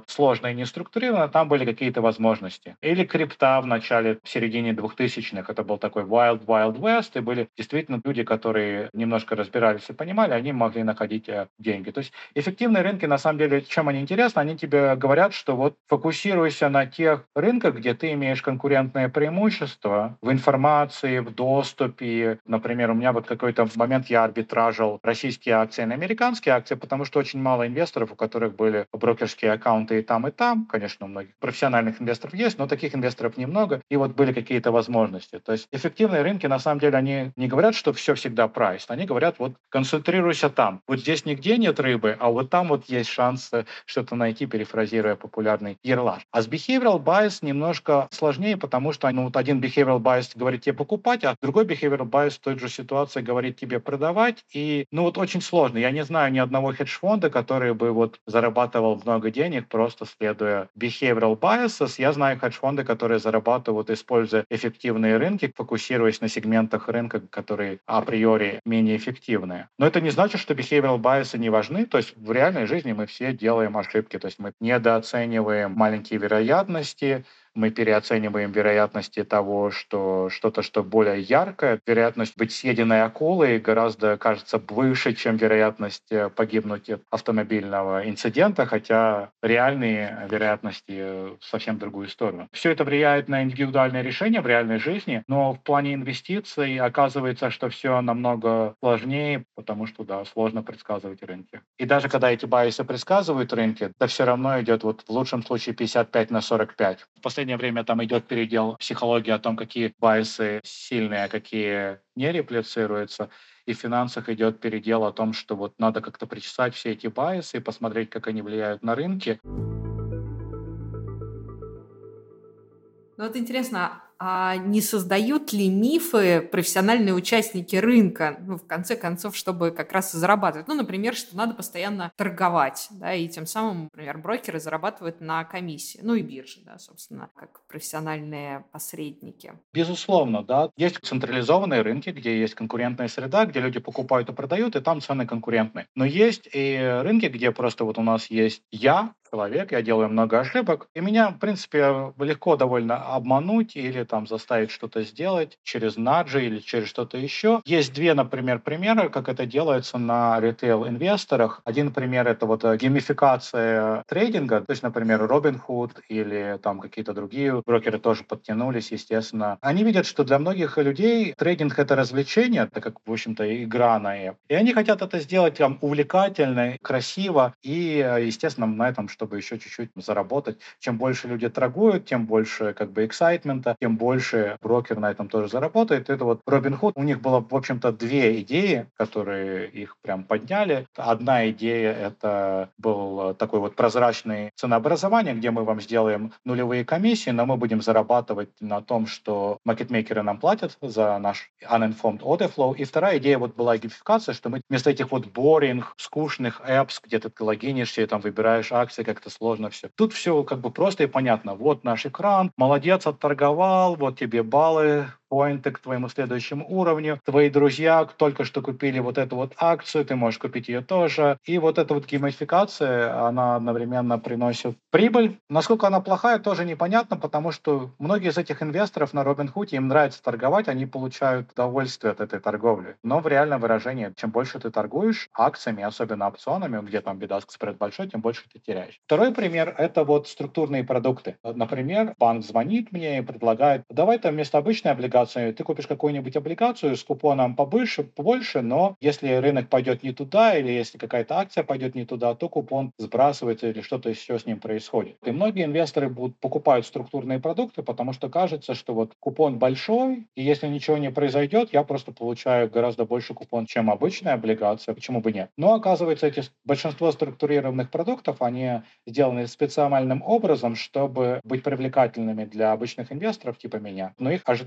структурированное и неструктурированное, там были какие-то возможности. Или крипта в середине 2000-х. Это был такой Wild Wild West, и были действительно люди, которые немножко разбирались и понимали, они могли находить деньги. То есть эффективные рынки, на самом деле, чем они интересны? Они тебе говорят, что вот фокусируйся на тех рынках, где ты имеешь конкурентное преимущество в информации, в доступе. Например, у меня вот какой-то момент я арбитражил российские акции на американские акции, потому что очень мало инвесторов, у которых были брокерские аккаунты и там, и там. Конечно, у многих профессиональных инвесторов есть, но таких инвесторов немного, и вот были какие-то возможности. То есть эффективные рынки, на самом деле, они не говорят, что все всегда прайс, они говорят, вот концентрируйся там. Вот здесь нигде нет рыбы, а вот там вот есть шанс что-то найти, перефразируя популярный ярлаж. А с behavioral bias немножко сложнее, потому что вот один behavioral bias говорит тебе покупать, а другой behavioral bias в той же ситуации говорит тебе продавать. И вот очень сложно. Я не знаю ни одного хедж-фонда, который бы вот зарабатывал много денег, просто следуя behavioral biases. Я знаю хедж-фонды, которые зарабатывают, используя эффективные рынки, фокусируясь на сегментах рынка, которые априори менее эффективные. Но это не значит, что behavioral biases не важны. То есть в реальной жизни мы все делаем ошибки. То есть мы недооцениваем маленькие вероятности, мы переоцениваем вероятности того, что что-то, что более яркое, вероятность быть съеденной акулой гораздо, кажется, выше, чем вероятность погибнуть от автомобильного инцидента, хотя реальные вероятности совсем в другую сторону. Все это влияет на индивидуальное решение в реальной жизни, но в плане инвестиций оказывается, что все намного сложнее, потому что, да, сложно предсказывать рынки. И даже когда эти байсы предсказывают рынки, это все равно идет вот в лучшем случае 55/45. В последнее время там идет передел психологии о том, какие байсы сильные, а какие не реплицируются. И в финансах идет передел о том, что вот надо как-то причесать все эти байсы и посмотреть, как они влияют на рынки. Ну вот интересно, а не создают ли мифы профессиональные участники рынка, в конце концов, чтобы как раз и зарабатывать? Например, что надо постоянно торговать, да, и тем самым, например, брокеры зарабатывают на комиссии, и биржи, да, собственно, как профессиональные посредники. Безусловно, да. Есть централизованные рынки, где есть конкурентная среда, где люди покупают и продают, и там цены конкурентные. Но есть и рынки, где просто вот у нас есть человек, я делаю много ошибок, и меня, в принципе, легко довольно обмануть или там заставить что-то сделать через наджи или через что-то еще. Есть например, примеры, как это делается на ритейл-инвесторах. Один пример — это вот геймификация трейдинга, то есть, например, Robinhood или там какие-то другие брокеры тоже подтянулись, естественно. Они видят, что для многих людей трейдинг — это развлечение, так как, в общем-то, игра на App. И они хотят это сделать там увлекательно, красиво и, естественно, на этом чтобы еще чуть-чуть заработать. Чем больше люди торгуют, тем больше эксайтмента, тем больше брокер на этом тоже заработает. Это вот Robinhood, у них было, в общем-то, две идеи, которые их прям подняли. Одна идея — это был такой вот прозрачный ценообразование, где мы вам сделаем нулевые комиссии, но мы будем зарабатывать на том, что маркетмейкеры нам платят за наш uninformed order flow. И вторая идея вот была геймификация, что мы вместо этих вот boring, скучных apps, где ты логинишься и там выбираешь акции, как-то сложно все. Тут все просто и понятно. Вот наш экран, молодец, отторговал, вот тебе баллы, поинты к твоему следующему уровню. Твои друзья только что купили вот эту вот акцию, ты можешь купить ее тоже. И вот эта вот геймификация, она одновременно приносит прибыль. Насколько она плохая, тоже непонятно, потому что многие из этих инвесторов на Robinhood, им нравится торговать, они получают удовольствие от этой торговли. Но в реальном выражении, чем больше ты торгуешь акциями, особенно опционами, где там bid-ask spread большой, тем больше ты теряешь. Второй пример — это вот структурные продукты. Например, банк звонит мне и предлагает: давай там вместо обычной облигации ты купишь какую-нибудь облигацию с купоном побольше, но если рынок пойдет не туда или если какая-то акция пойдет не туда, то купон сбрасывается или что-то еще с ним происходит. И многие инвесторы покупают структурные продукты, потому что кажется, что вот купон большой, и если ничего не произойдет, я просто получаю гораздо больше купон, чем обычная облигация. Почему бы нет? Но оказывается, большинство структурированных продуктов, они сделаны специальным образом, чтобы быть привлекательными для обычных инвесторов типа меня, но их ожидаемое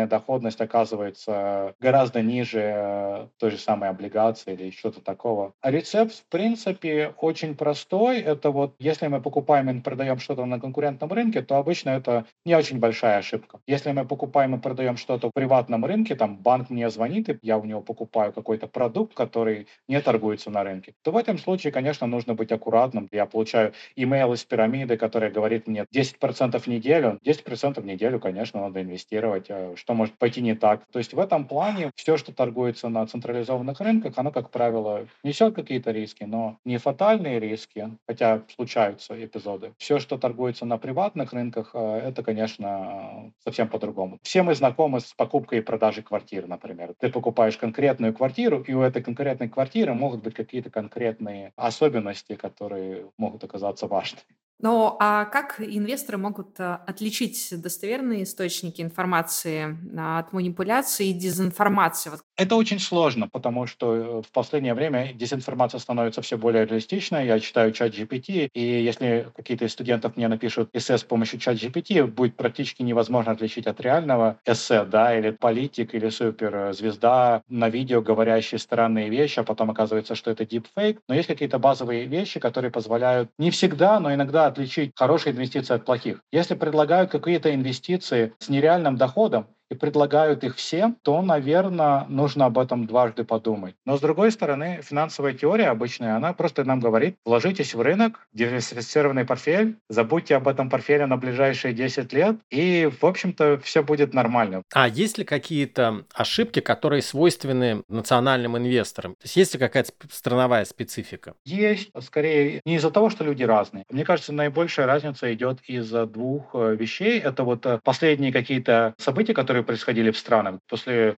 реальная доходность оказывается гораздо ниже той же самой облигации или что-то такого. А рецепт, в принципе, очень простой. Это вот если мы покупаем и продаем что-то на конкурентном рынке, то обычно это не очень большая ошибка. Если мы покупаем и продаем что-то в приватном рынке, там банк мне звонит, и я у него покупаю какой-то продукт, который не торгуется на рынке, то в этом случае, конечно, нужно быть аккуратным. Я получаю имейл из пирамиды, который говорит мне 10% в неделю. 10% в неделю, конечно, надо инвестировать. Что может пойти не так? То есть в этом плане все, что торгуется на централизованных рынках, оно, как правило, несет какие-то риски, но не фатальные риски, хотя случаются эпизоды. Все, что торгуется на приватных рынках, это, конечно, совсем по-другому. Все мы знакомы с покупкой и продажей квартир, например. Ты покупаешь конкретную квартиру, и у этой конкретной квартиры могут быть какие-то конкретные особенности, которые могут оказаться важными. Ну, а как инвесторы могут отличить достоверные источники информации от манипуляции и дезинформации? Вот. Это очень сложно, потому что в последнее время дезинформация становится все более реалистичной. Я читаю чат GPT, и если какие-то из студентов мне напишут эссе с помощью чат GPT, будет практически невозможно отличить от реального эссе, да, или политик, или суперзвезда на видео, говорящий странные вещи, а потом оказывается, что это deepfake. Но есть какие-то базовые вещи, которые позволяют не всегда, но иногда отличить хорошие инвестиции от плохих. Если предлагают какие-то инвестиции с нереальным доходом, и предлагают их всем, то, наверное, нужно об этом дважды подумать. Но, с другой стороны, финансовая теория обычная, она просто нам говорит, вложитесь в рынок, диверсифицированный портфель, забудьте об этом портфеле на ближайшие 10 лет, и, в общем-то, все будет нормально. А есть ли какие-то ошибки, которые свойственны национальным инвесторам? То есть ли какая-то страновая специфика? Есть, скорее, не из-за того, что люди разные. Мне кажется, наибольшая разница идет из-за двух вещей. Это вот последние какие-то события, которые происходили в странах. После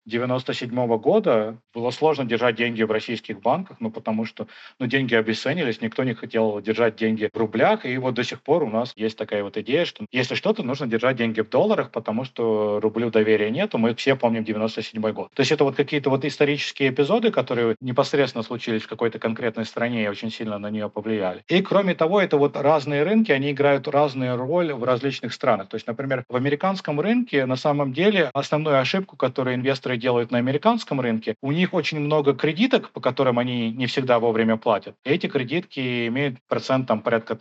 97 года было сложно держать деньги в российских банках, потому что деньги обесценились, никто не хотел держать деньги в рублях, и вот до сих пор у нас есть такая вот идея, что если что-то, нужно держать деньги в долларах, потому что рублю доверия нету, мы все помним 97 год. То есть это вот какие-то вот исторические эпизоды, которые непосредственно случились в какой-то конкретной стране и очень сильно на нее повлияли. И кроме того, это вот разные рынки, они играют разную роль в различных странах. То есть, например, в американском рынке на самом деле основную ошибку, которую инвесторы делают на американском рынке, у них очень много кредиток, по которым они не всегда вовремя платят. И эти кредитки имеют процент порядка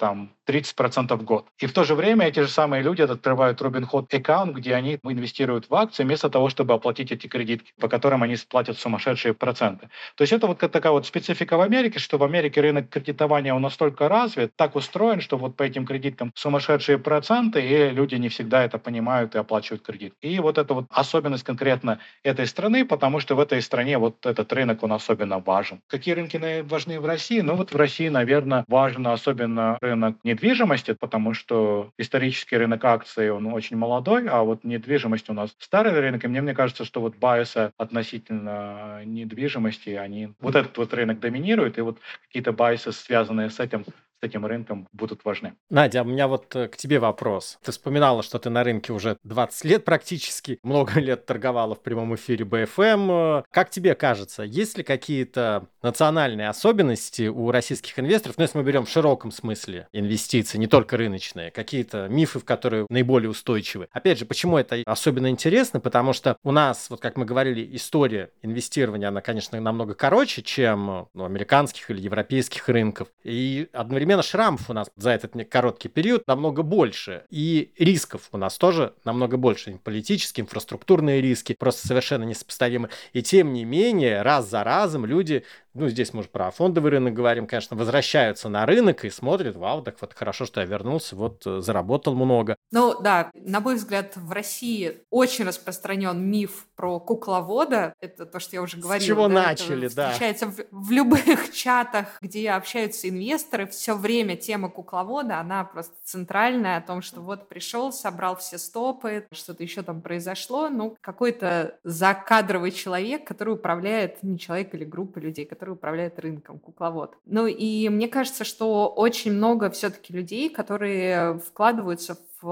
30% в год. И в то же время эти же самые люди открывают Robinhood аккаунт, где они инвестируют в акции вместо того, чтобы оплатить эти кредитки, по которым они платят сумасшедшие проценты. То есть это вот такая вот специфика в Америке, что в Америке рынок кредитования он настолько развит, так устроен, что вот по этим кредиткам сумасшедшие проценты, и люди не всегда это понимают и оплачивают кредит. И вот это вот особенность конкретно этой страны, потому что в этой стране вот этот рынок, он особенно важен. Какие рынки важны в России? Вот в России, наверное, важен особенно рынок недвижимости, потому что исторический рынок акций, он очень молодой, а вот недвижимость у нас старый рынок, и мне кажется, что вот байесы относительно недвижимости, вот этот вот рынок доминирует, и вот какие-то байесы, связанные с этим рынком, будут важны. Надя, у меня вот к тебе вопрос. Ты вспоминала, что ты на рынке уже 20 лет практически, много лет торговала в прямом эфире БФМ. Как тебе кажется, есть ли какие-то национальные особенности у российских инвесторов, если мы берем в широком смысле инвестиции, не только рыночные, какие-то мифы, в которые наиболее устойчивы? Опять же, почему это особенно интересно? Потому что у нас, вот как мы говорили, история инвестирования, она, конечно, намного короче, чем у американских или европейских рынков. И одновременно шрамов у нас за этот короткий период намного больше. И рисков у нас тоже намного больше. Политические, инфраструктурные риски просто совершенно несопоставимы. И тем не менее, раз за разом люди, здесь мы уже про фондовый рынок говорим, конечно, возвращаются на рынок и смотрят, вау, так вот хорошо, что я вернулся, вот заработал много. Да, на мой взгляд, в России очень распространен миф про кукловода. Это то, что я уже говорила. С чего да? начали, это да. встречается в любых чатах, где общаются инвесторы. Все время тема кукловода, она просто центральная, о том, что вот пришел, собрал все стопы, что-то еще там произошло. Какой-то закадровый человек, который управляет, не человек или группа людей, который управляет рынком, кукловод. И мне кажется, что очень много все-таки людей, которые вкладываются в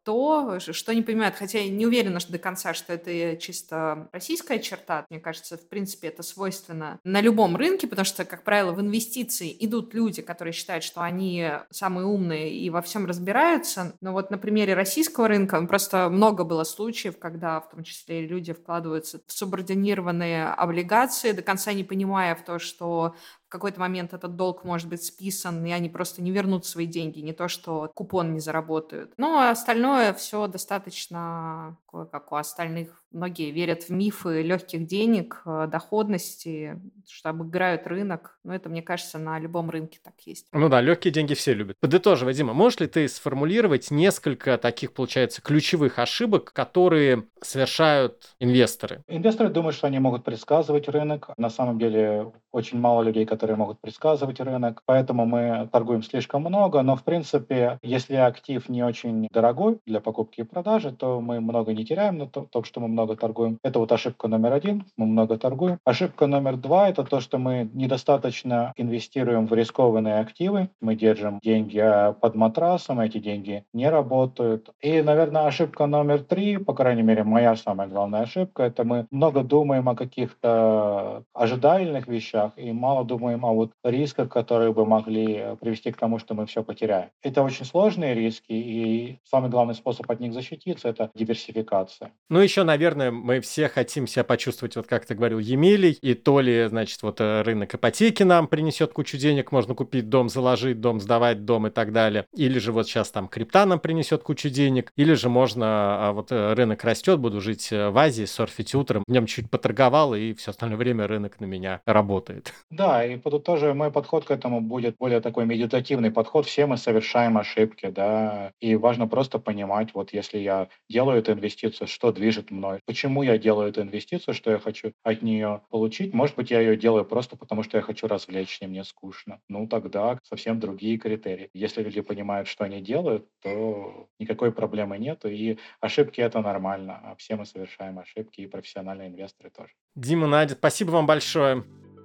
то, что не понимают, хотя я не уверена, что до конца, что это чисто российская черта. Мне кажется, в принципе, это свойственно на любом рынке, потому что, как правило, в инвестиции идут люди, которые считают, что они самые умные и во всем разбираются. Но вот на примере российского рынка просто много было случаев, когда в том числе люди вкладываются в субординированные облигации, до конца не понимая в то, что в какой-то момент этот долг может быть списан, и они просто не вернут свои деньги, не то, что купон не заработают. Но остальное все достаточно, как у остальных. Многие верят в мифы легких денег, доходности, что обыграют рынок. Но это, мне кажется, на любом рынке так есть. Ну да, легкие деньги все любят. Подытоживая, Дима, можешь ли ты сформулировать несколько таких, получается, ключевых ошибок, которые совершают инвесторы? Инвесторы думают, что они могут предсказывать рынок. На самом деле очень мало людей, которые могут предсказывать рынок, поэтому мы торгуем слишком много. Но, в принципе, если актив не очень дорогой для покупки и продажи, то мы много не теряем на том, что мы много торгуем. Это вот ошибка номер 1, мы много торгуем. Ошибка номер 2 – это то, что мы недостаточно инвестируем в рискованные активы. Мы держим деньги под матрасом, эти деньги не работают. И, наверное, ошибка номер 3, по крайней мере, моя самая главная ошибка, это мы много думаем о каких-то ожидаемых вещах и мало думаем о вот рисках, которые бы могли привести к тому, что мы все потеряем. Это очень сложные риски, и самый главный способ от них защититься – это диверсификация. Ну, еще, наверное, мы все хотим себя почувствовать, вот как ты говорил, Емелей, и то ли, значит, вот рынок ипотеки нам принесет кучу денег, можно купить дом, заложить дом, сдавать дом и так далее, или же вот сейчас там крипта нам принесет кучу денег, или же можно, вот рынок растет, буду жить в Азии, серфить утром, в нем чуть поторговал, и все остальное время рынок на меня работает. Да, и тоже мой подход к этому будет более такой медитативный подход. Все мы совершаем ошибки, да, и важно просто понимать, вот если я делаю эту инвестицию, что движет мной, почему я делаю эту инвестицию, что я хочу от нее получить. Может быть, я ее делаю просто потому, что я хочу развлечься, мне скучно. Ну, тогда совсем другие критерии. Если люди понимают, что они делают, то никакой проблемы нету, и ошибки — это нормально. А все мы совершаем ошибки, и профессиональные инвесторы тоже. Дима, Надя, спасибо вам большое.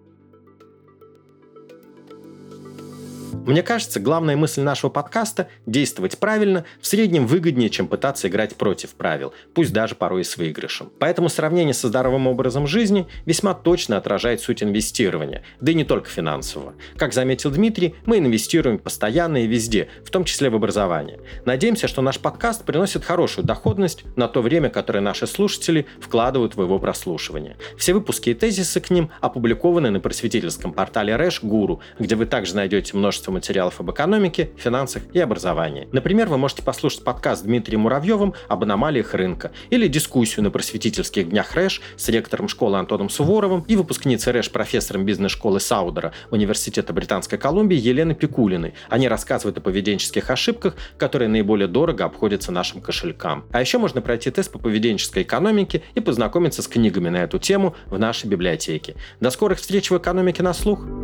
Мне кажется, главная мысль нашего подкаста – действовать правильно в среднем выгоднее, чем пытаться играть против правил, пусть даже порой и с выигрышем. Поэтому сравнение со здоровым образом жизни весьма точно отражает суть инвестирования, да и не только финансового. Как заметил Дмитрий, мы инвестируем постоянно и везде, в том числе в образование. Надеемся, что наш подкаст приносит хорошую доходность на то время, которое наши слушатели вкладывают в его прослушивание. Все выпуски и тезисы к ним опубликованы на просветительском портале Рэш Гуру, где вы также найдете множество материалов об экономике, финансах и образовании. Например, вы можете послушать подкаст с Дмитрием Муравьевым об аномалиях рынка или дискуссию на просветительских днях РЭШ с ректором школы Антоном Суворовым и выпускницей РЭШ профессором бизнес-школы Саудера Университета Британской Колумбии Еленой Пикулиной. Они рассказывают о поведенческих ошибках, которые наиболее дорого обходятся нашим кошелькам. А еще можно пройти тест по поведенческой экономике и познакомиться с книгами на эту тему в нашей библиотеке. До скорых встреч в «Экономике на слух».